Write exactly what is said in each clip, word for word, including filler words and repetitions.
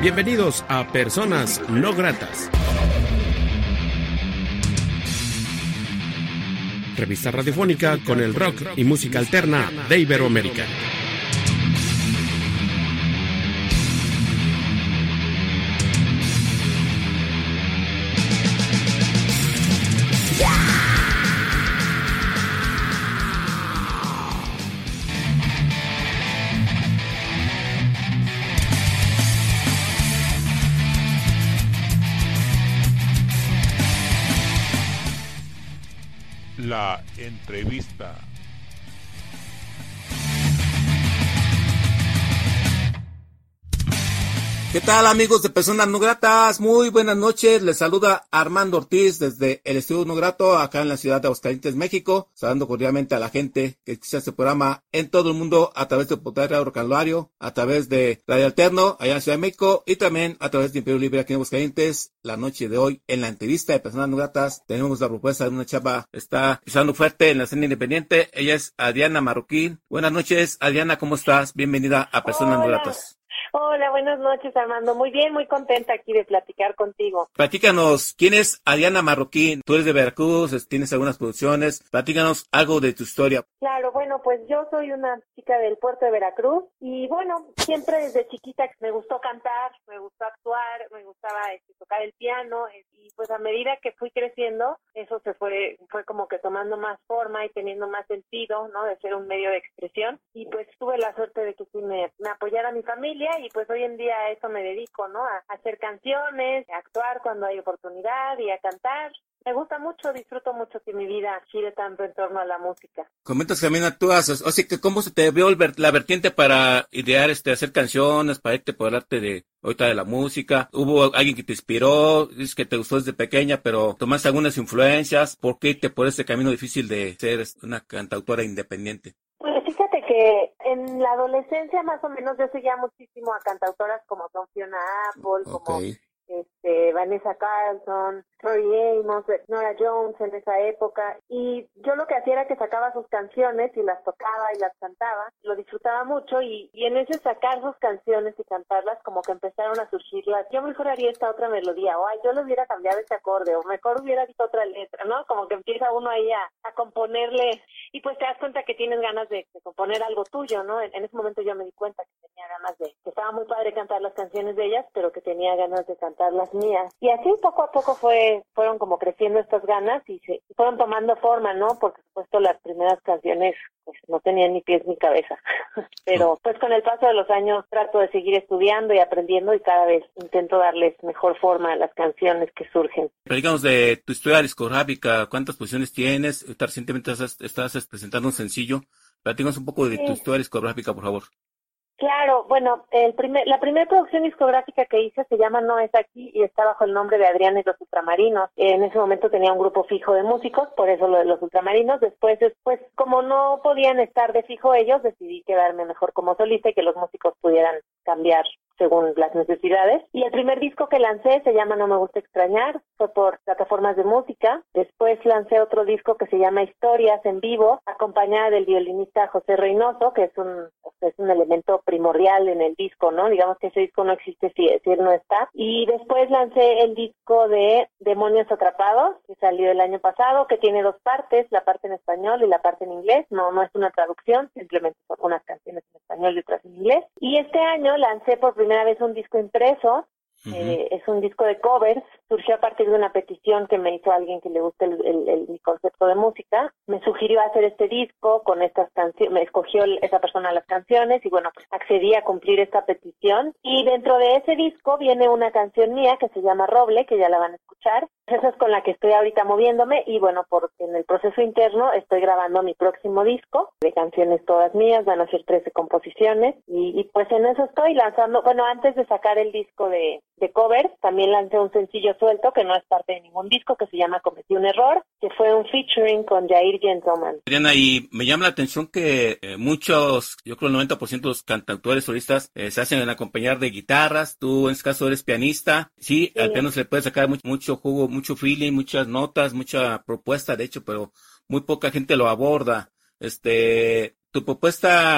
Bienvenidos a Personas No Gratas. Revista radiofónica con el rock y música alterna de Iberoamérica. La entrevista. ¿Qué tal, amigos de Personas No Gratas? Muy buenas noches, les saluda Armando Ortiz desde el Estudio No Grato, acá en la ciudad de Aguascalientes, México, saludando cordialmente a la gente que escucha este programa en todo el mundo a través de Poder Rock Calvario, a través de Radio Alterno, allá en Ciudad de México, y también a través de Imperio Libre aquí en Aguascalientes. La noche de hoy, en la entrevista de Personas No Gratas, tenemos la propuesta de una chava que está pisando fuerte en la escena independiente. Ella es Adriana Marroquín. Buenas noches, Adriana, ¿cómo estás? Bienvenida a Personas No Gratas. Hola, buenas noches, Armando. Muy bien, muy contenta aquí de platicar contigo. Platícanos, ¿quién es Adriana Marroquín? Tú eres de Veracruz, tienes algunas producciones. Platícanos algo de tu historia. Claro, bueno, pues yo soy una chica del puerto de Veracruz y bueno, siempre desde chiquita me gustó cantar, me gustó actuar, me gustaba este, tocar el piano y pues a medida que fui creciendo, eso se fue fue como que tomando más forma y teniendo más sentido, ¿no? De ser un medio de expresión y pues tuve la suerte de que sí me, me apoyara mi familia y pues hoy en día a eso me dedico, ¿no? A hacer canciones, a actuar cuando hay oportunidad y a cantar. Me gusta mucho, disfruto mucho que mi vida gire tanto en torno a la música. Comentas que también actúas, o sea, que cómo se te vio el ver, la vertiente para idear, este, hacer canciones, para irte por el arte de, ahorita de la música. ¿Hubo alguien que te inspiró? Dices que te gustó desde pequeña, pero tomaste algunas influencias. ¿Por qué irte por ese camino difícil de ser una cantautora independiente? Pues fíjate que en la adolescencia más o menos yo seguía muchísimo a cantautoras como son Fiona Apple, Okay. como este Vanessa Carlton, Tori Amos, Nora Jones en esa época, y yo lo que hacía era que sacaba sus canciones y las tocaba y las cantaba, lo disfrutaba mucho y, y en ese sacar sus canciones y cantarlas como que empezaron a surgir las, yo mejor haría esta otra melodía, o ay, yo le hubiera cambiado este acorde, o mejor hubiera visto otra letra, ¿no? Como que empieza uno ahí a, a componerle, y pues te das cuenta que tienes ganas de, de componer algo tuyo, ¿no? En, en ese momento yo me di cuenta que tenía ganas de, que estaba muy padre cantar las canciones de ellas, pero que tenía ganas de cantar las mías, y así poco a poco fue fueron como creciendo estas ganas y se fueron tomando forma, ¿no? Porque, por supuesto, las primeras canciones pues no tenían ni pies ni cabeza, pero pues con el paso de los años trato de seguir estudiando y aprendiendo y cada vez intento darles mejor forma a las canciones que surgen. Platícanos de tu historia discográfica, ¿cuántas posiciones tienes? Ahorita recientemente estás, estás presentando un sencillo. Platícanos un poco de Sí. tu historia discográfica, por favor. Claro, bueno, el primer, la primera producción discográfica que hice se llama No es aquí y está bajo el nombre de Adriana y los Ultramarinos. En ese momento tenía un grupo fijo de músicos, por eso lo de los Ultramarinos. Después, después, como no podían estar de fijo ellos, decidí quedarme mejor como solista y que los músicos pudieran cambiar según las necesidades. Y el primer disco que lancé se llama No me gusta extrañar, fue por plataformas de música. Después lancé otro disco que se llama Historias en vivo, acompañada del violinista José Reynoso, que es un, es un elemento primordial en el disco, ¿no? Digamos que ese disco no existe si, si él no está. Y después lancé el disco de Demonios Atrapados, que salió el año pasado, que tiene dos partes, la parte en español y la parte en inglés. No, no es una traducción, simplemente son unas canciones en español y otras en inglés. Y este año lancé por primera vez un disco impreso. Uh-huh. Eh, es un disco de covers, surgió a partir de una petición que me hizo alguien que le gusta el, el, el, mi concepto de música, me sugirió hacer este disco con estas canciones, me escogió esa persona las canciones y bueno, pues accedí a cumplir esta petición y dentro de ese disco viene una canción mía que se llama Roble, que ya la van a escuchar, esa es con la que estoy ahorita moviéndome y bueno, porque en el proceso interno estoy grabando mi próximo disco de canciones todas mías, van a ser trece composiciones y, y pues en eso estoy lanzando, bueno, antes de sacar el disco de de covers, también lancé un sencillo suelto que no es parte de ningún disco, que se llama Cometí un error, que fue un featuring con Jair Gentleman. Adriana, y me llama la atención que eh, muchos, yo creo el noventa por ciento de los cantautores solistas eh, se hacen en acompañar de guitarras, tú en este caso eres pianista, sí, sí. Al piano se le puede sacar mucho, mucho jugo, mucho feeling, muchas notas, mucha propuesta, de hecho, pero muy poca gente lo aborda. Este, tu propuesta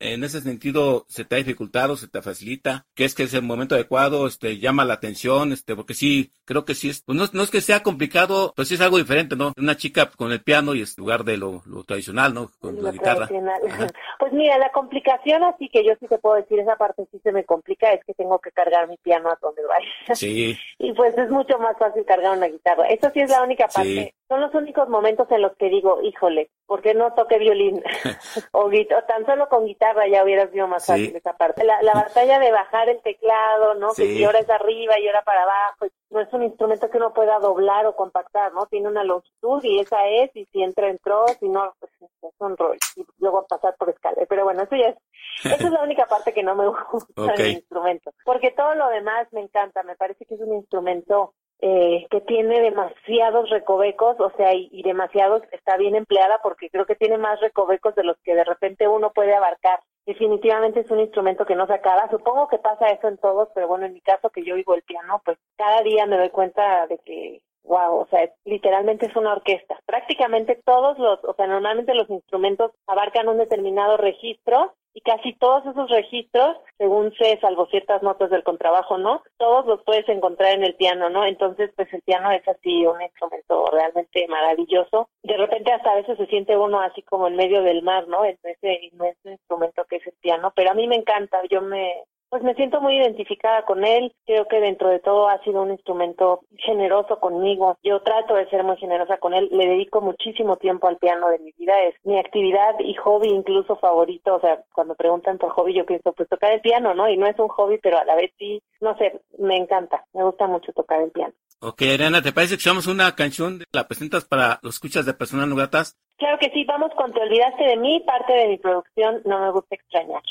en ese sentido se te ha dificultado, se te facilita? ¿Crees que es el momento adecuado? Este, llama la atención, este, porque sí, creo que sí es, pues no, no es que sea complicado, pero sí es algo diferente, ¿no? Una chica con el piano y en lugar de lo, lo tradicional, ¿no? Con lo la guitarra. Pues mira, la complicación, así que yo sí te puedo decir, esa parte sí se me complica, es que tengo que cargar mi piano a donde vaya. Sí. Y pues es mucho más fácil cargar una guitarra. Eso sí es la única parte. Sí. Son los únicos momentos en los que digo, híjole, ¿por qué no toqué violín? o, o tan solo con guitarra ya hubiera sido más fácil sí. esa parte. La, la batalla de bajar el teclado, ¿no? Sí. Que si ahora es arriba y ahora para abajo, no es un instrumento que uno pueda doblar o compactar, ¿no? Tiene una longitud y esa es, y si entra, entró, si no, pues es un rollo. Y luego pasar por escala. Pero bueno, eso ya es, esa es la única parte que no me gusta okay. del instrumento. Porque todo lo demás me encanta, me parece que es un instrumento Eh, que tiene demasiados recovecos, o sea, y, y demasiados, está bien empleada porque creo que tiene más recovecos de los que de repente uno puede abarcar. Definitivamente es un instrumento que no se acaba. Supongo que pasa eso en todos, pero bueno, en mi caso que yo oigo el piano, pues cada día me doy cuenta de que, wow, o sea, literalmente es una orquesta. Prácticamente todos los, o sea, normalmente los instrumentos abarcan un determinado registro y casi todos esos registros, según sé, salvo ciertas notas del contrabajo, ¿no? Todos los puedes encontrar en el piano, ¿no? Entonces, pues el piano es así un instrumento realmente maravilloso. De repente hasta a veces se siente uno así como en medio del mar, ¿no? En ese inmenso instrumento que es el piano, pero a mí me encanta, yo me... Pues me siento muy identificada con él, creo que dentro de todo ha sido un instrumento generoso conmigo, yo trato de ser muy generosa con él, le dedico muchísimo tiempo al piano de mi vida, es mi actividad y hobby incluso favorito, o sea, cuando preguntan por hobby yo pienso, pues tocar el piano, ¿no? Y no es un hobby, pero a la vez sí, no sé, me encanta, me gusta mucho tocar el piano. Ok, Adriana, ¿te parece que echamos una canción? ¿La presentas para los escuchas de Personas No Gratas? Claro que sí, vamos con Te Olvidaste de Mí, parte de mi producción No Me Gusta Extrañar.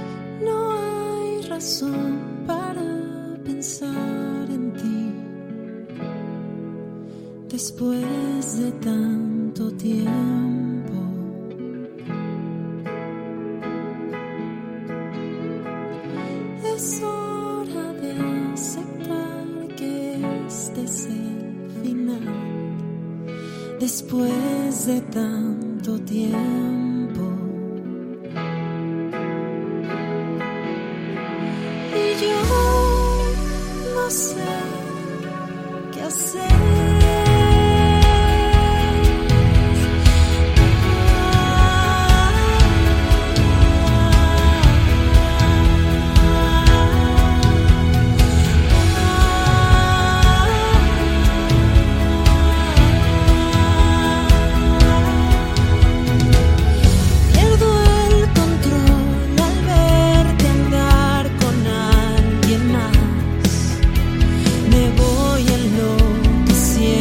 No hay razón para pensar en ti después de tanto tiempo. Es hora de aceptar que este es el final después de tanto tiempo. Y yo no sé qué hacer. Me voy enloqueciendo.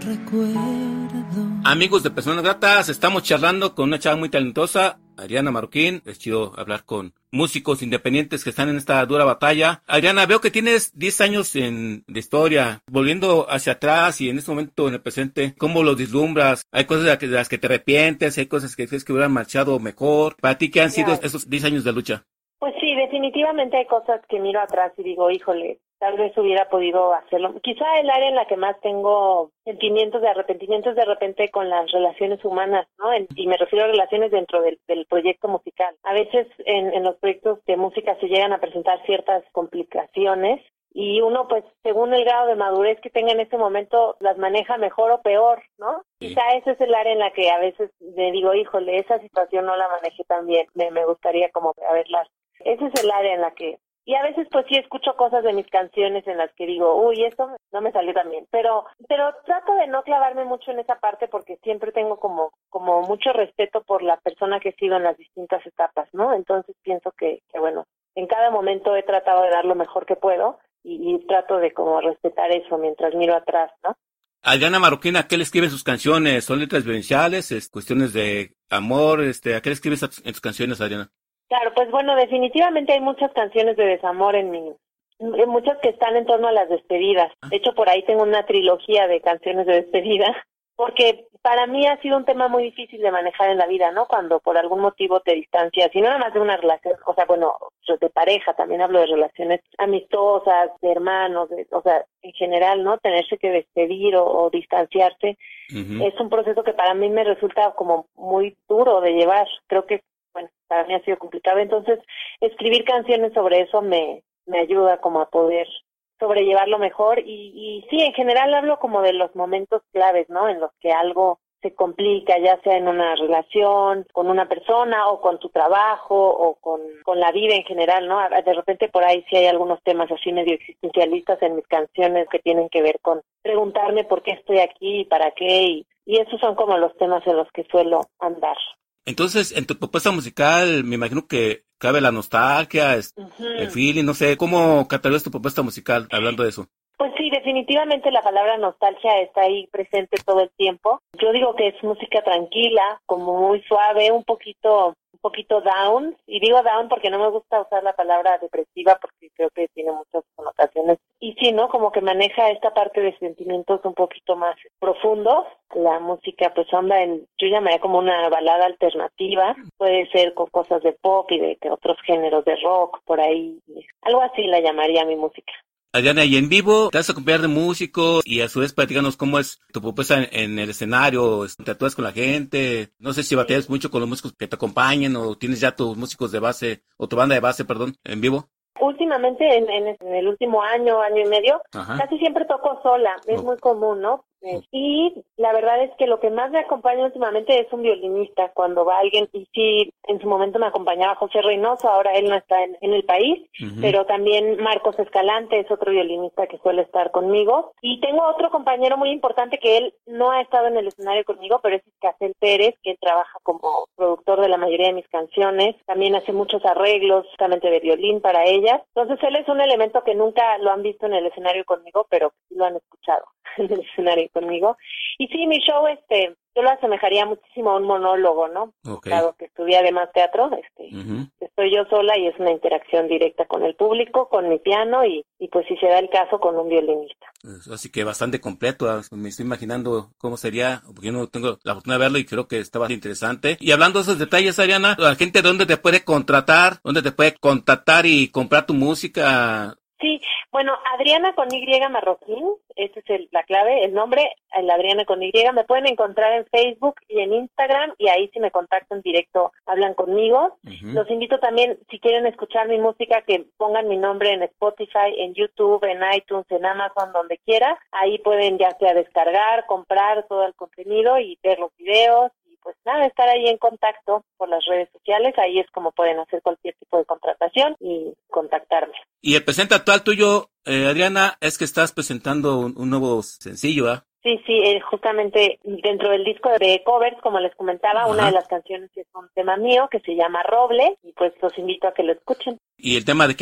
recuerdo. Amigos de Personas Gratas, estamos charlando con una chava muy talentosa, Adriana Marroquín. Es chido hablar con músicos independientes que están en esta dura batalla. Adriana, veo que tienes diez años en, de historia. Volviendo hacia atrás y en este momento en el presente, ¿cómo lo vislumbras? ¿Hay cosas de las que, de las que te arrepientes? ¿Hay cosas que crees que hubieran marchado mejor? ¿Para ti qué han sido esos diez años de lucha? Pues sí, definitivamente hay cosas que miro atrás y digo, híjole, tal vez hubiera podido hacerlo. Quizá el área en la que más tengo sentimientos de arrepentimiento es de repente con las relaciones humanas, ¿no? En, y me refiero a relaciones dentro del, del proyecto musical. A veces en, en los proyectos de música se llegan a presentar ciertas complicaciones y uno, pues, según el grado de madurez que tenga en ese momento, las maneja mejor o peor, ¿no? Sí. Quizá ese es el área en la que a veces me digo, híjole, esa situación no la manejé tan bien, me, me gustaría como haberlas. Ese es el área en la que... Y a veces pues sí escucho cosas de mis canciones en las que digo, uy, esto no me salió tan bien. Pero pero trato de no clavarme mucho en esa parte porque siempre tengo como como mucho respeto por la persona que he sido en las distintas etapas, ¿no? Entonces pienso que, que bueno, en cada momento he tratado de dar lo mejor que puedo y, y trato de como respetar eso mientras miro atrás, ¿no? Adriana Marroquín, ¿a qué le escriben sus canciones? ¿Son letras vivenciales? ¿Es cuestiones de amor? Este, ¿a qué le escribes en tus canciones, Adriana? Claro, pues bueno, definitivamente hay muchas canciones de desamor en mi, muchas que están en torno a las despedidas. De hecho, por ahí tengo una trilogía de canciones de despedida, porque para mí ha sido un tema muy difícil de manejar en la vida, ¿no? Cuando por algún motivo te distancias, y no nada más de una relación, o sea, bueno, de pareja, también hablo de relaciones amistosas, de hermanos, de, o sea, en general, ¿no? Tenerse que despedir o, o distanciarse, uh-huh. Es un proceso que para mí me resulta como muy duro de llevar. Creo que bueno, para mí ha sido complicado, entonces escribir canciones sobre eso me, me ayuda como a poder sobrellevarlo mejor y, y sí, en general hablo como de los momentos claves, ¿no? En los que algo se complica, ya sea en una relación, con una persona o con tu trabajo o con, con la vida en general, ¿no? De repente por ahí sí hay algunos temas así medio existencialistas en mis canciones que tienen que ver con preguntarme por qué estoy aquí y para qué y, y esos son como los temas en los que suelo andar. Entonces, en tu propuesta musical, me imagino que cabe la nostalgia, uh-huh. el feeling, no sé, ¿cómo catalogas tu propuesta musical hablando de eso? Pues sí, definitivamente la palabra nostalgia está ahí presente todo el tiempo. Yo digo que es música tranquila, como muy suave, un poquito un poquito down, y digo down porque no me gusta usar la palabra depresiva porque creo que tiene muchas connotaciones. Y sí, ¿no? Como que maneja esta parte de sentimientos un poquito más profundos. La música pues anda en, yo llamaría como una balada alternativa, puede ser con cosas de pop y de, de otros géneros de rock, por ahí, algo así la llamaría mi música. Adriana, y en vivo te vas a acompañar de músicos y a su vez platícanos cómo es tu propuesta en, en el escenario, te actúas con la gente, no sé si batallas mucho con los músicos que te acompañen o tienes ya tus músicos de base, o tu banda de base, perdón, en vivo. Últimamente, en, en, en el último año, año y medio, Ajá. casi siempre toco sola, es oh. muy común, ¿no? Oh. Y la verdad es que lo que más me acompaña últimamente es un violinista, cuando va alguien, y sí, en su momento me acompañaba José Reynoso, ahora él no está en, en el país, uh-huh. pero también Marcos Escalante es otro violinista que suele estar conmigo, y tengo otro compañero muy importante que él no ha estado en el escenario conmigo, pero es Iscasel Pérez, que él trabaja como productor de la mayoría de mis canciones, también hace muchos arreglos, justamente de violín para ellas, entonces él es un elemento que nunca lo han visto en el escenario conmigo, pero sí lo han escuchado en el escenario conmigo. Y sí, mi show, este, yo lo asemejaría muchísimo a un monólogo, ¿no? Okay. Dado que estudié además teatro, este, uh-huh. estoy yo sola y es una interacción directa con el público, con mi piano y, y pues si se da el caso con un violinista. Así que bastante completo, me estoy imaginando cómo sería, porque yo no tengo la oportunidad de verlo y creo que está bastante interesante. Y hablando de esos detalles, Adriana, la gente dónde te puede contratar, dónde te puede contactar y comprar tu música. Sí, bueno, Adriana con Y Marroquín, esa es el, la clave, el nombre, el Adriana con Y, me pueden encontrar en Facebook y en Instagram, y ahí si me contactan directo, hablan conmigo. Uh-huh. Los invito también, si quieren escuchar mi música, que pongan mi nombre en Spotify, en YouTube, en iTunes, en Amazon, donde quiera. Ahí pueden ya sea descargar, comprar todo el contenido y ver los videos. Pues nada, estar ahí en contacto por las redes sociales, ahí es como pueden hacer cualquier tipo de contratación y contactarme. Y el presente actual tuyo, eh, Adriana, es que estás presentando un, un nuevo sencillo, ¿ah? ¿eh? Sí, sí, eh, justamente dentro del disco de covers, como les comentaba, Ajá. una de las canciones es un tema mío que se llama Roble, y pues los invito a que lo escuchen. ¿Y el tema de qué habla?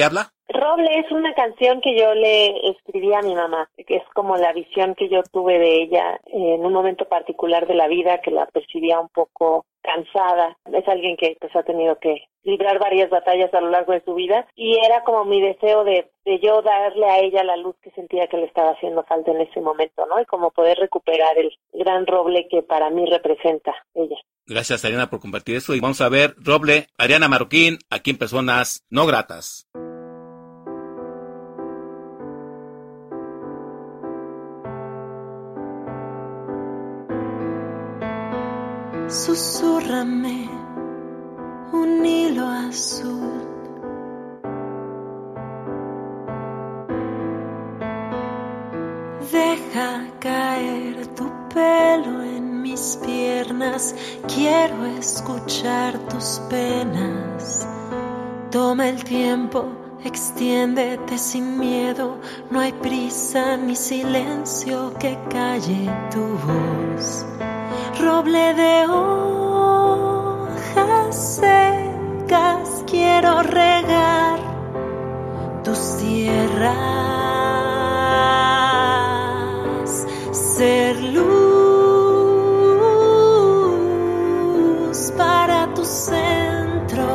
Roble es una canción que yo le escribí a mi mamá, que es como la visión que yo tuve de ella en un momento particular de la vida, que la percibía un poco cansada. Es alguien que pues ha tenido que librar varias batallas a lo largo de su vida y era como mi deseo de, de yo darle a ella la luz que sentía que le estaba haciendo falta en ese momento, ¿no? Y como poder recuperar el gran Roble que para mí representa ella. Gracias, Ariana, por compartir eso. Y vamos a ver Roble, Ariana Marroquín, aquí en Personas No Gratas. Susúrrame un hilo azul, deja caer tu pelo en mis piernas, quiero escuchar tus penas. Toma el tiempo, extiéndete sin miedo, no hay prisa ni silencio que calle tu voz. Roble de hojas secas, quiero regar tus tierras, ser luz para tu centro,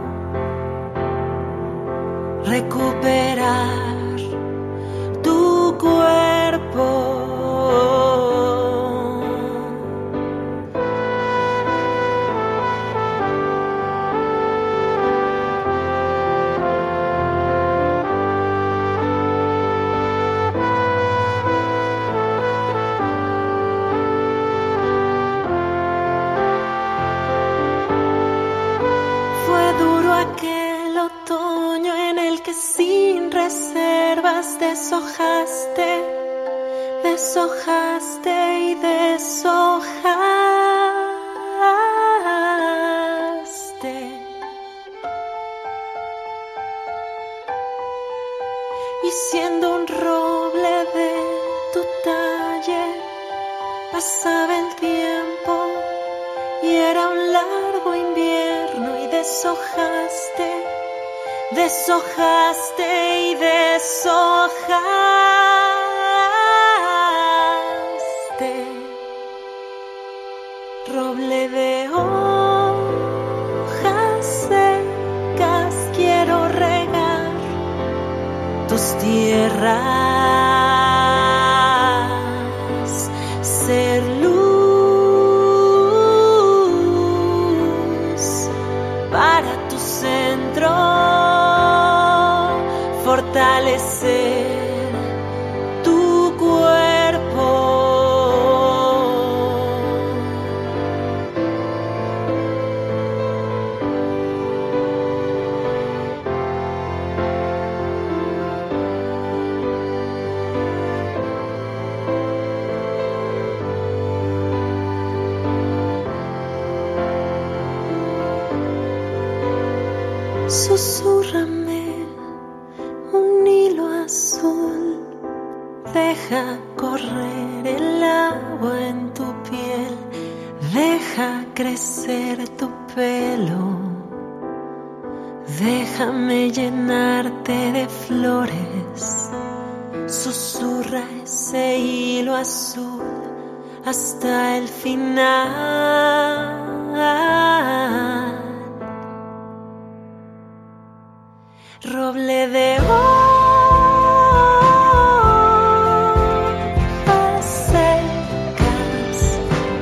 recuperar tu cuerpo. Sin reservas deshojaste, deshojaste y deshojaste. Y siendo un roble de tu talle, pasaba el tiempo y era un largo invierno y deshojaste. Deshojaste y deshojaste, roble de hojas secas, quiero regar tus tierras, ser luz para tu centro, fortalecer tu cuerpo. Susúrrame un hilo azul, deja correr el agua en tu piel, deja crecer tu pelo, déjame llenarte de flores, susurra ese hilo azul hasta el final. Roble de hojas secas,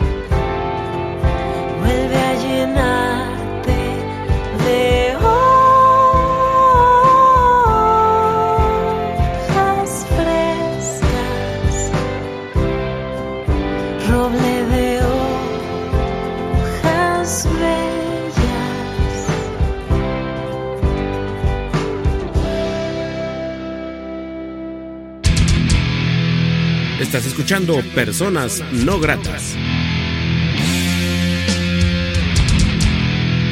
vuelve a llenarte de hojas frescas, roble de hojas bellas. Estás escuchando Personas No Gratas.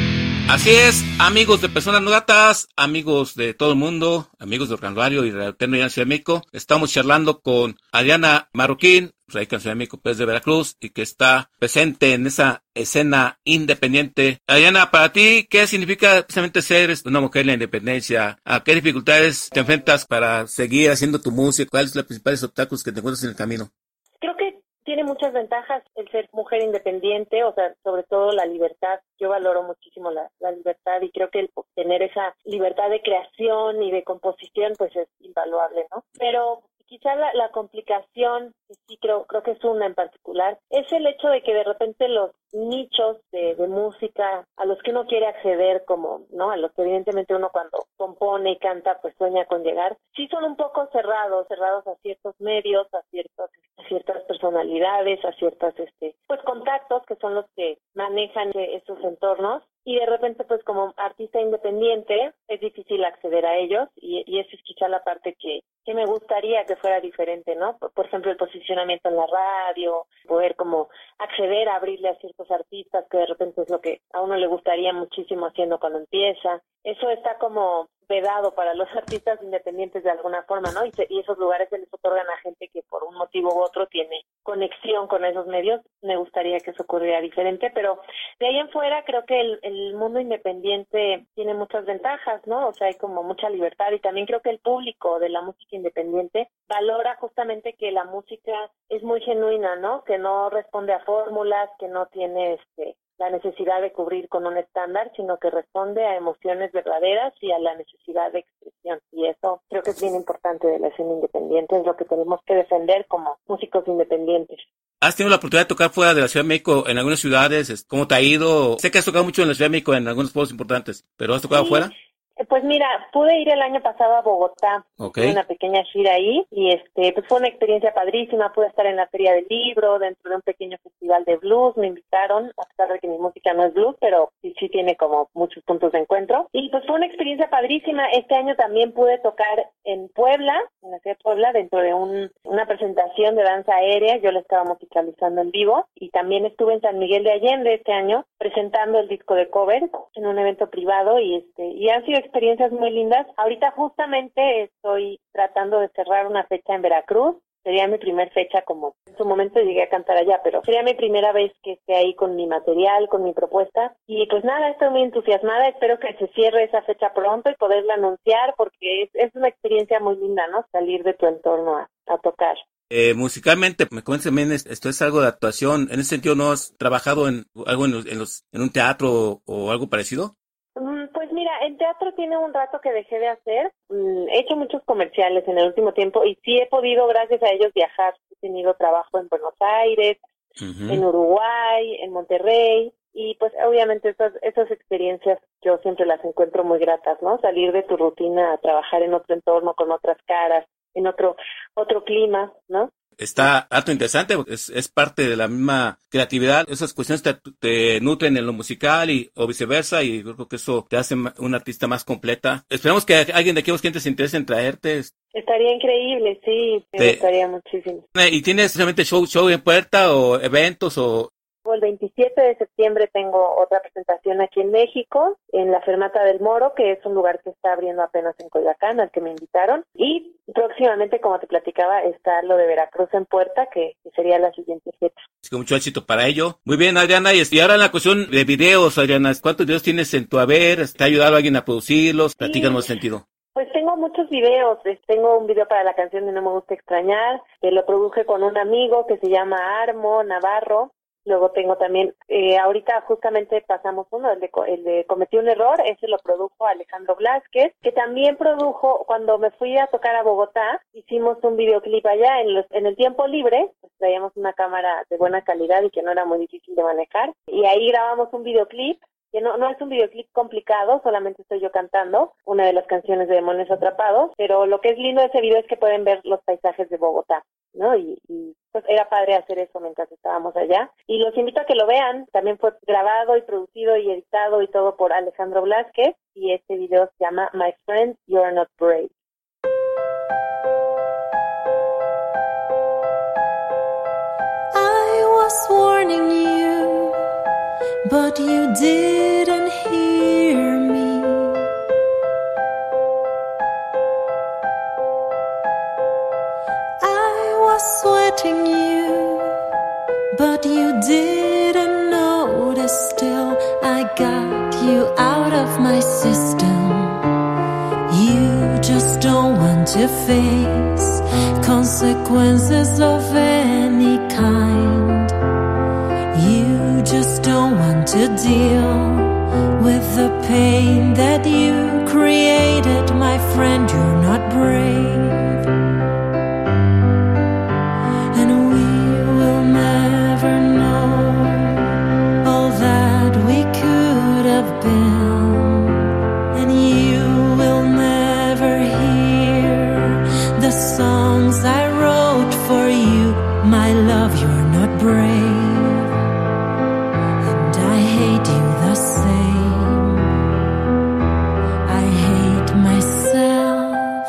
Así es, amigos de Personas No Gratas, amigos de todo el mundo, amigos de Orlando y de Eterno y en Ciudad de México, estamos charlando con Adriana Marroquín, radica en Ciudad de México, pues de Veracruz, y que está presente en esa escena independiente. Adriana, para ti, ¿qué significa precisamente ser una mujer en la independencia? ¿A qué dificultades te enfrentas para seguir haciendo tu música? ¿Cuáles son los principales obstáculos que te encuentras en el camino? Creo que tiene muchas ventajas el ser mujer independiente, o sea, sobre todo la libertad. Yo valoro muchísimo la, la libertad y creo que el tener esa libertad de creación y de composición pues es invaluable, ¿no? Pero quizá la, la complicación, que sí creo creo que es una en particular, es el hecho de que de repente los nichos de, de música a los que uno quiere acceder, como, ¿no? A los que evidentemente uno cuando compone y canta pues sueña con llegar, sí son un poco cerrados, cerrados a ciertos medios, a ciertos a ciertas personalidades, a ciertos este pues contactos que son los que manejan esos entornos. Y de repente, pues como artista independiente, es difícil acceder a ellos y, y esa es quizá la parte que, que me gustaría que fuera diferente, ¿no? Por, por ejemplo, el posicionamiento en la radio, poder como acceder a abrirle a ciertos artistas, que de repente es lo que a uno le gustaría muchísimo haciendo cuando empieza. Eso está como vedado para los artistas independientes de alguna forma, ¿no? Y, se, y esos lugares se les otorgan a gente que por un motivo u otro tiene conexión con esos medios. Me gustaría que eso ocurriera diferente, pero de ahí en fuera creo que el, el mundo independiente tiene muchas ventajas, ¿no? O sea, hay como mucha libertad y también creo que el público de la música independiente valora justamente que la música es muy genuina, ¿no? Que no responde a fórmulas, que no tiene este la necesidad de cubrir con un estándar, sino que responde a emociones verdaderas y a la necesidad de expresión. Y eso creo que es bien importante de la escena independiente, es lo que tenemos que defender como músicos independientes. ¿Has tenido la oportunidad de tocar fuera de la Ciudad de México en algunas ciudades? ¿Cómo te ha ido? Sé que has tocado mucho en la Ciudad de México en algunos pueblos importantes, pero ¿has tocado Sí. fuera? Pues mira, pude ir el año pasado a Bogotá, Okay. tuve una pequeña gira ahí y este pues fue una experiencia padrísima, pude estar en la Feria del Libro, dentro de un pequeño festival de blues, me invitaron, a pesar de que mi música no es blues, pero sí, sí tiene como muchos puntos de encuentro y pues fue una experiencia padrísima. Este año también pude tocar en Puebla, en la ciudad de Puebla, dentro de un, una presentación de danza aérea, yo la estaba musicalizando en vivo y también estuve en San Miguel de Allende este año presentando el disco de covers en un evento privado y este y han sido experiencias muy lindas. Ahorita justamente estoy tratando de cerrar una fecha en Veracruz. Sería mi primer fecha, como en su momento llegué a cantar allá, pero sería mi primera vez que esté ahí con mi material, con mi propuesta. Y pues nada, estoy muy entusiasmada. Espero que se cierre esa fecha pronto y poderla anunciar porque es, es una experiencia muy linda, ¿no? Salir de tu entorno a, a tocar. Eh, musicalmente, me comentas también, es- esto es algo de actuación. ¿En ese sentido no has trabajado en algo en, los, en, los, en un teatro o algo parecido? Mm, Pues mira, el teatro tiene un rato que dejé de hacer. Mm, He hecho muchos comerciales en el último tiempo y sí he podido, gracias a ellos, viajar. He tenido trabajo en Buenos Aires, Uh-huh. en Uruguay, en Monterrey y pues obviamente esas, esas experiencias yo siempre las encuentro muy gratas, ¿no? Salir de tu rutina a trabajar en otro entorno, con otras caras, en otro otro clima, ¿no? Está harto interesante, porque es, es parte de la misma creatividad. Esas cuestiones te, te nutren en lo musical y o viceversa, y yo creo que eso te hace ma- una artista más completa. Esperamos que alguien de aquí que se interese en traerte. Estaría increíble, sí, me Te- gustaría muchísimo. ¿Y tienes solamente show, show en puerta o eventos o...? El veintisiete de septiembre tengo otra presentación aquí en México, en la Fermata del Moro, que es un lugar que está abriendo apenas en Coyoacán, al que me invitaron. Y próximamente, como te platicaba, está lo de Veracruz en puerta, que, que sería la siguiente fecha. Así que mucho éxito para ello. Muy bien, Adriana. Y y ahora en la cuestión de videos, Adriana, ¿cuántos videos tienes en tu haber? ¿Te ha ayudado a alguien a producirlos? Platícanos el sentido. Pues tengo muchos videos. Pues tengo un video para la canción de No Me Gusta Extrañar, que lo produje con un amigo que se llama Armo Navarro. Luego tengo también, eh, ahorita justamente pasamos uno, el de, co- el de Cometí un Error, ese lo produjo Alejandro Blázquez, que también produjo, cuando me fui a tocar a Bogotá, hicimos un videoclip allá en, los, en el tiempo libre, pues traíamos una cámara de buena calidad y que no era muy difícil de manejar, y ahí grabamos un videoclip, que no, no es un videoclip complicado, solamente estoy yo cantando una de las canciones de Demonios Atrapados, pero lo que es lindo de ese video es que pueden ver los paisajes de Bogotá, ¿no? Y, y pues era padre hacer eso mientras estábamos allá. Y los invito a que lo vean. También fue grabado y producido y editado y todo por Alejandro Blázquez. Y este video se llama My Friend, You're Not Brave. I was warning you, but you didn't hear But you didn't notice still. I got you out of my system. You just don't want to face consequences of any kind. You just don't want to deal with the pain that you created. My friend, you're not brave. And we will never know all that we could have been. And you will never hear the songs I wrote for you. My love, you're not brave. And I hate you the same. I hate myself.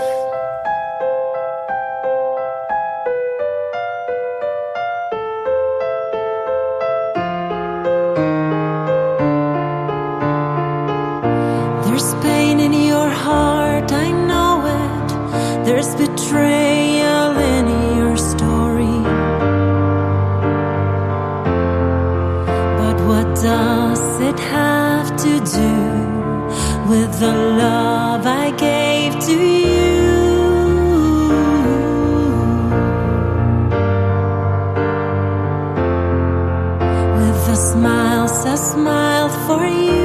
There's pain in your heart, I know it. There's betrayal in your story. But what does it have to do with the love I gave to you? With the smiles I smiled for you.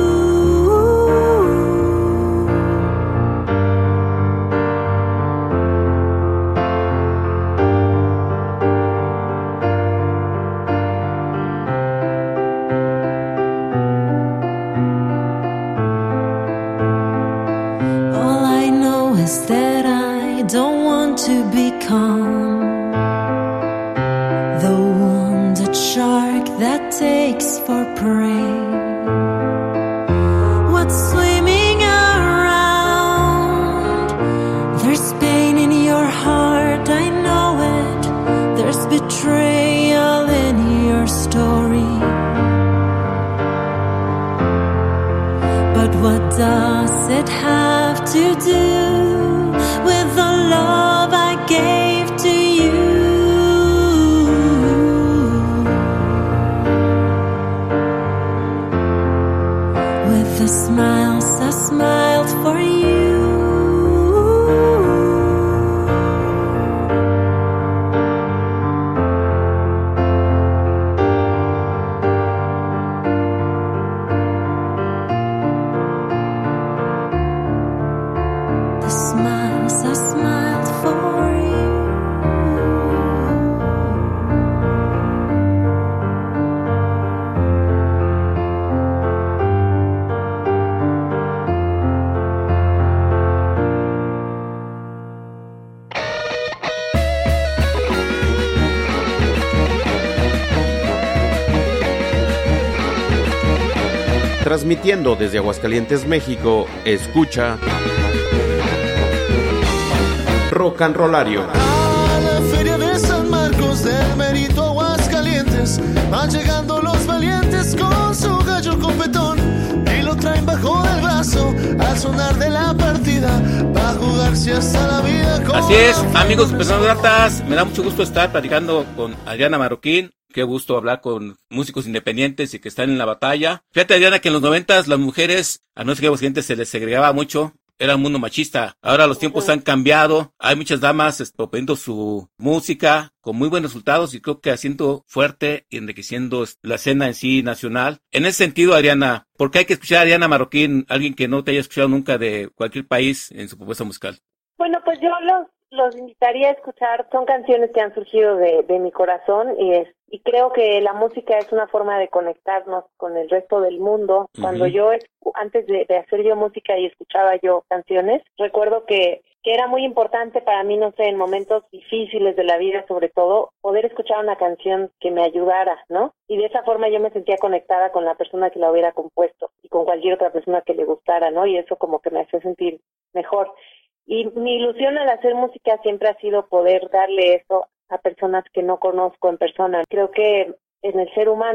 All I know is that I don't want to become the wounded shark that takes for prey. What's swimming around? There's pain in your heart, I know it. There's betrayal in your story. But what does it have to do with the love I gave to you? With the smiles I smiled for you. The smiles I smiled for you. Transmitiendo desde Aguascalientes, México, escucha Rock and Rollario. A la feria de San Marcos del Mérito, Aguascalientes, van llegando los valientes con su gallo competón y lo traen bajo el brazo al sonar de la partida para jugarse hasta la vida con Así es, la amigos de fuerza. Personas Gratas, me da mucho gusto estar platicando con Adriana Marroquín. Qué gusto hablar con músicos independientes y que están en la batalla. Fíjate, Adriana, que en los noventas las mujeres, a no ser que a los clientes se les segregaba mucho, era un mundo machista. Ahora los tiempos han cambiado, hay muchas damas este, poniendo su música con muy buenos resultados y creo que haciendo fuerte y enriqueciendo la escena en sí nacional. En ese sentido, Adriana, ¿por qué hay que escuchar a Adriana Marroquín, alguien que no te haya escuchado nunca de cualquier país en su propuesta musical? Bueno, pues yo los, los invitaría a escuchar, son canciones que han surgido de, de mi corazón y es, y creo que la música es una forma de conectarnos con el resto del mundo. Uh-huh. Cuando yo, antes de, de hacer yo música y escuchaba yo canciones, recuerdo que, que era muy importante para mí, no sé, en momentos difíciles de la vida sobre todo, poder escuchar una canción que me ayudara, ¿no? Y de esa forma yo me sentía conectada con la persona que la hubiera compuesto y con cualquier otra persona que le gustara, ¿no? Y eso como que me hacía sentir mejor. Y mi ilusión al hacer música siempre ha sido poder darle eso a personas que no conozco en persona. Creo que en el ser humano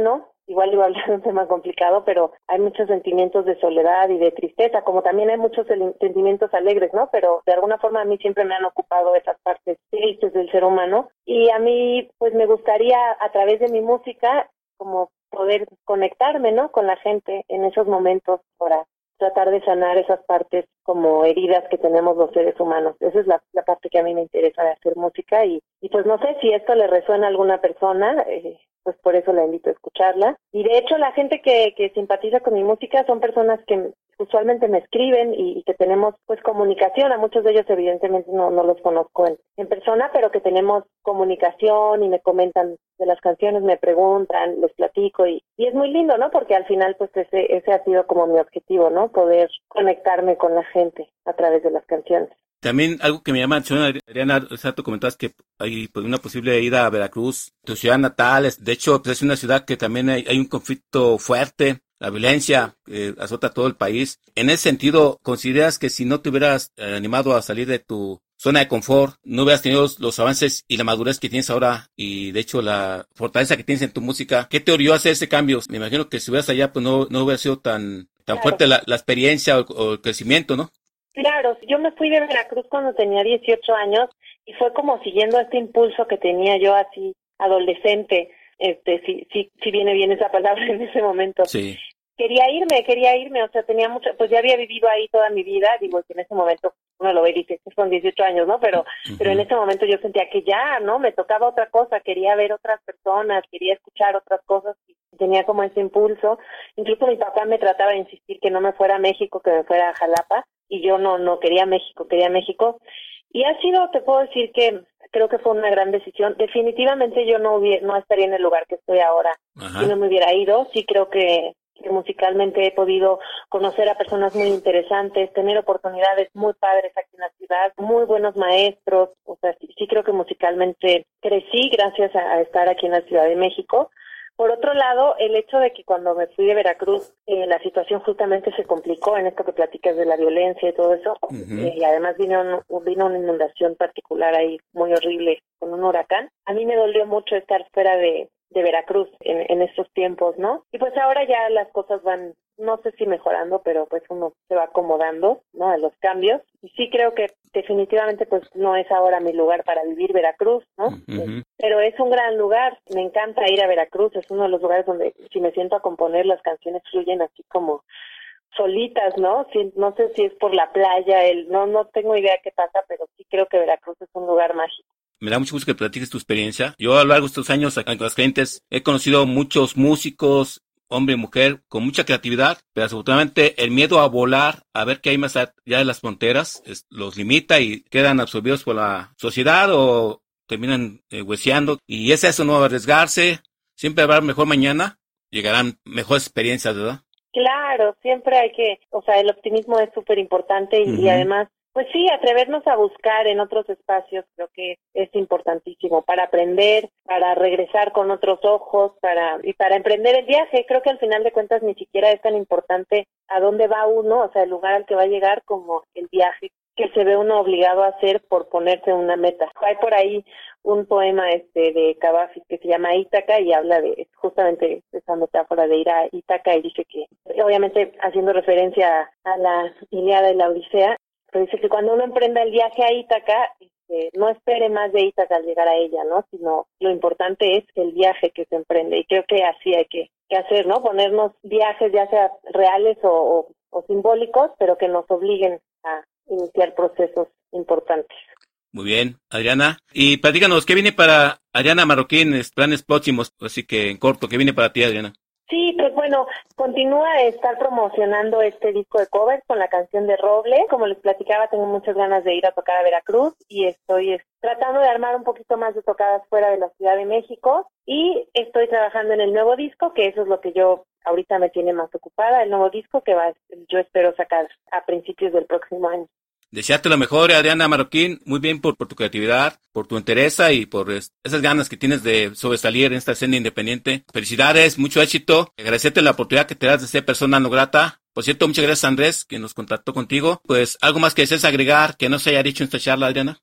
igual iba a hablar de un tema complicado, pero hay muchos sentimientos de soledad y de tristeza, como también hay muchos sentimientos alegres, ¿no? Pero de alguna forma a mí siempre me han ocupado esas partes tristes del ser humano, y a mí pues me gustaría a través de mi música como poder conectarme, ¿no? Con la gente en esos momentos para tratar de sanar esas partes como heridas que tenemos los seres humanos. Esa es la, la parte que a mí me interesa de hacer música, y, y pues no sé si esto le resuena a alguna persona, eh, pues por eso la invito a escucharla. Y de hecho la gente que, que simpatiza con mi música son personas que usualmente me escriben y, y que tenemos pues comunicación. A muchos de ellos evidentemente no, no los conozco en, en persona, pero que tenemos comunicación y me comentan de las canciones, me preguntan, les platico, y, y es muy lindo, ¿no? Porque al final pues ese, ese ha sido como mi objetivo, ¿no? Poder conectarme con la gente a través de las canciones. También algo que me llama la atención, Adriana, o sea, tú comentabas que hay pues, una posible ida a Veracruz, tu ciudad natal. Es, de hecho, pues, es una ciudad que también hay, hay un conflicto fuerte, la violencia eh, azota todo el país. En ese sentido, ¿consideras que si no te hubieras eh, animado a salir de tu zona de confort, no hubieras tenido los, los avances y la madurez que tienes ahora, y de hecho la fortaleza que tienes en tu música? ¿Qué te orió a hacer ese cambio? Me imagino que si hubieras allá, pues no, no hubiera sido tan, tan claro. fuerte la, la experiencia o, o el crecimiento, ¿no? Claro, yo me fui de Veracruz cuando tenía dieciocho años y fue como siguiendo este impulso que tenía yo así adolescente, este, si, si, si viene bien esa palabra en ese momento. Sí. Quería irme, quería irme, o sea, tenía mucho, pues ya había vivido ahí toda mi vida, digo que en ese momento uno lo ve y dice que son dieciocho años, ¿no? Pero, uh-huh. pero en ese momento yo sentía que ya, ¿no? Me tocaba otra cosa, quería ver otras personas, quería escuchar otras cosas, y tenía como ese impulso. Incluso mi papá me trataba de insistir que no me fuera a México, que me fuera a Jalapa, y yo no, no quería México, quería México. Y ha sido, te puedo decir que creo que fue una gran decisión. Definitivamente yo no hubiera, no estaría en el lugar que estoy ahora uh-huh. si no me hubiera ido. Sí creo que que musicalmente he podido conocer a personas muy interesantes, tener oportunidades muy padres aquí en la ciudad, muy buenos maestros, o sea, sí, sí creo que musicalmente crecí gracias a, a estar aquí en la Ciudad de México. Por otro lado, el hecho de que cuando me fui de Veracruz, eh, la situación justamente se complicó en esto que platicas de la violencia y todo eso, uh-huh. eh, y además vino, vino una inundación particular ahí muy horrible con un huracán. A mí me dolió mucho estar fuera de de Veracruz en, en estos tiempos, ¿no? Y pues ahora ya las cosas van, no sé si mejorando, pero pues uno se va acomodando, ¿no? A los cambios. Y sí creo que definitivamente pues no es ahora mi lugar para vivir Veracruz, ¿no? Uh-huh. Pero es un gran lugar, me encanta ir a Veracruz, es uno de los lugares donde si me siento a componer las canciones fluyen así como solitas, ¿no? Si, no sé si es por la playa, el no no tengo idea qué pasa, pero sí creo que Veracruz es un lugar mágico. Me da mucho gusto que platiques tu experiencia. Yo a lo largo de estos años en Aguascalientes he conocido muchos músicos, hombre y mujer, con mucha creatividad, pero desafortunadamente el miedo a volar, a ver qué hay más allá de las fronteras, es, los limita y quedan absorbidos por la sociedad o terminan eh, hueseando. Y es eso, no arriesgarse, siempre habrá mejor mañana, llegarán mejores experiencias, ¿verdad? Claro, siempre hay que, o sea, el optimismo es súper importante y, uh-huh. y además pues sí, atrevernos a buscar en otros espacios creo que es importantísimo para aprender, para regresar con otros ojos, para y para emprender el viaje. Creo que al final de cuentas ni siquiera es tan importante a dónde va uno, o sea, el lugar al que va a llegar, como el viaje que se ve uno obligado a hacer por ponerse una meta. Hay por ahí un poema este de Cavafis que se llama Ítaca y habla de justamente esa metáfora de ir a Ítaca, y dice que, obviamente haciendo referencia a la Ilíada y la Odisea, pero dice que cuando uno emprenda el viaje a Ítaca, este, no espere más de Ítaca al llegar a ella, ¿no? Sino lo importante es el viaje que se emprende, y creo que así hay que, que hacer, ¿no? Ponernos viajes ya sea reales o, o, o simbólicos, pero que nos obliguen a iniciar procesos importantes. Muy bien, Adriana. Y platícanos, ¿qué viene para Adriana Marroquín? Planes próximos, así que en corto, ¿qué viene para ti, Adriana? Sí, pues bueno, continúa a estar promocionando este disco de covers con la canción de Roble. Como les platicaba, tengo muchas ganas de ir a tocar a Veracruz y estoy tratando de armar un poquito más de tocadas fuera de la Ciudad de México, y estoy trabajando en el nuevo disco, que eso es lo que yo ahorita me tiene más ocupada, el nuevo disco que va, yo espero sacar a principios del próximo año. Desearte lo mejor, Adriana Marroquín, muy bien por, por tu creatividad, por tu entereza y por es, esas ganas que tienes de sobresalir en esta escena independiente. Felicidades, mucho éxito, agradecerte la oportunidad que te das de ser persona no grata. Por cierto, muchas gracias a Andrés, que nos contactó contigo. Pues, ¿algo más que desees agregar que no se haya dicho en esta charla, Adriana?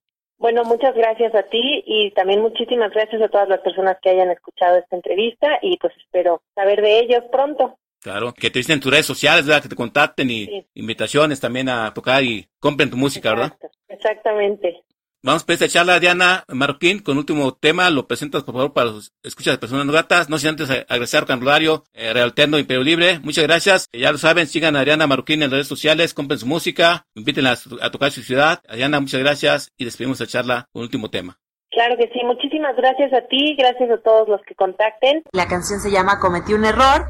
Bueno, muchas gracias a ti y también muchísimas gracias a todas las personas que hayan escuchado esta entrevista y pues espero saber de ellos pronto. Claro, que te visiten tus redes sociales, ¿verdad? Que te contacten y sí. Invitaciones también a tocar y compren tu música, Exacto, ¿verdad? Exactamente. Vamos a esta charla, Diana Marroquín, con último tema. Lo presentas, por favor, para los escuchas de Personas No Gratas. No sin antes agradecer al Candelario, eh, Real Alterno, Imperio Libre. Muchas gracias. Ya lo saben, sigan a Diana Marroquín en las redes sociales, compren su música, invítenla a, a tocar su ciudad. Diana, muchas gracias y despedimos la charla con último tema. Claro que sí, muchísimas gracias a ti, gracias a todos los que contacten. La canción se llama Cometí un error.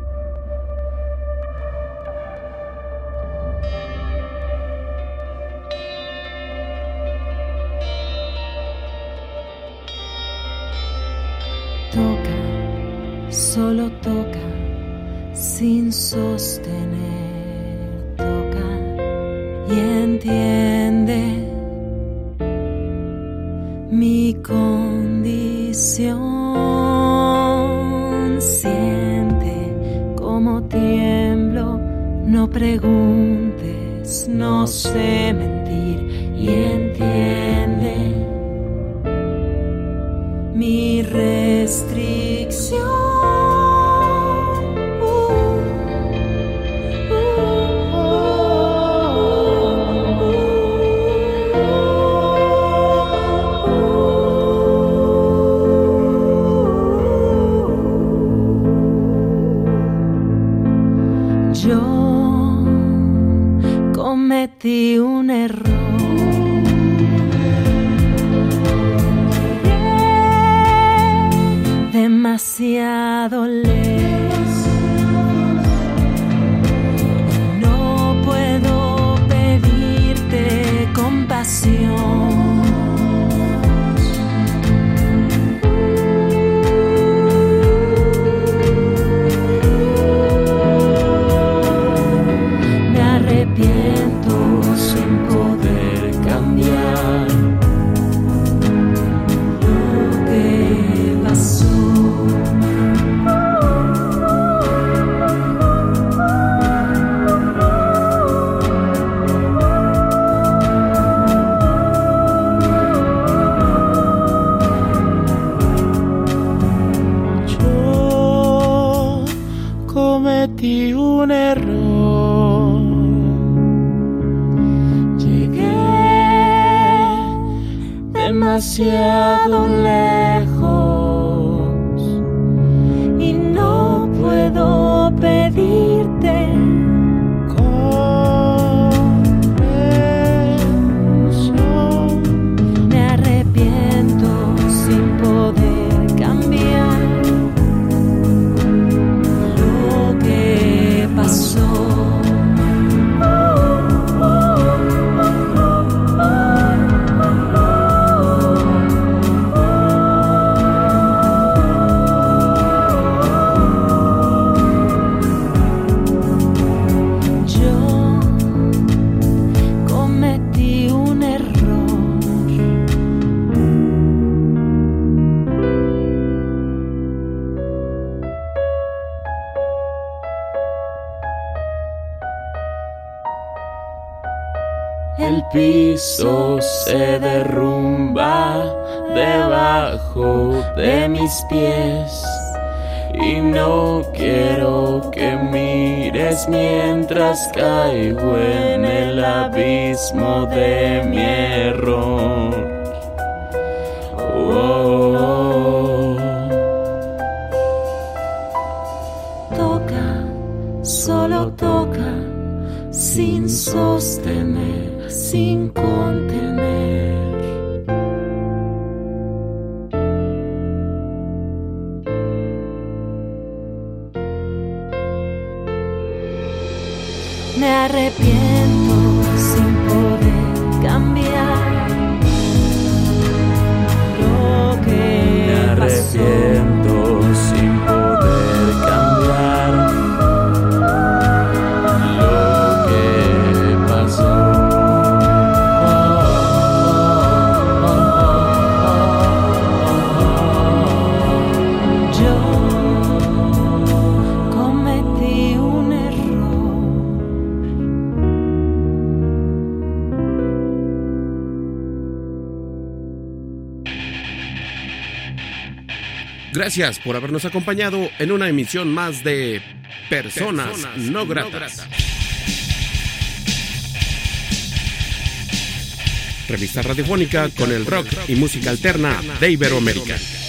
Toca, solo toca, sin sostener, toca y entiende mi condición. Siente como tiemblo, no preguntes, no sé mentir y entiende mi restricción. Uh, uh, uh, uh, uh. Yo cometí un error. Demasiado lejos, no puedo pedirte compasión. Me arrepiento sin poder cambiar lo que pasó. Cometí un error. Llegué demasiado lejos y no puedo pedirte comprensión. Me arrepiento sin poder cambiar pasó. Yo cometí un error. El piso se derrumba debajo de mis pies y no quiero que mires mientras caigo en el abismo de mi error. Oh. Toca, solo toca, sin sostener, sin contener. Me arrepiento sin poder cambiar lo que me pasó. Me arrepiento sin poder cambiar lo que pasó. Yo cometí un error. Gracias por habernos acompañado en una emisión más de Personas, Personas no, gratas. no gratas. Revista radiofónica con el rock y música alterna de Iberoamérica.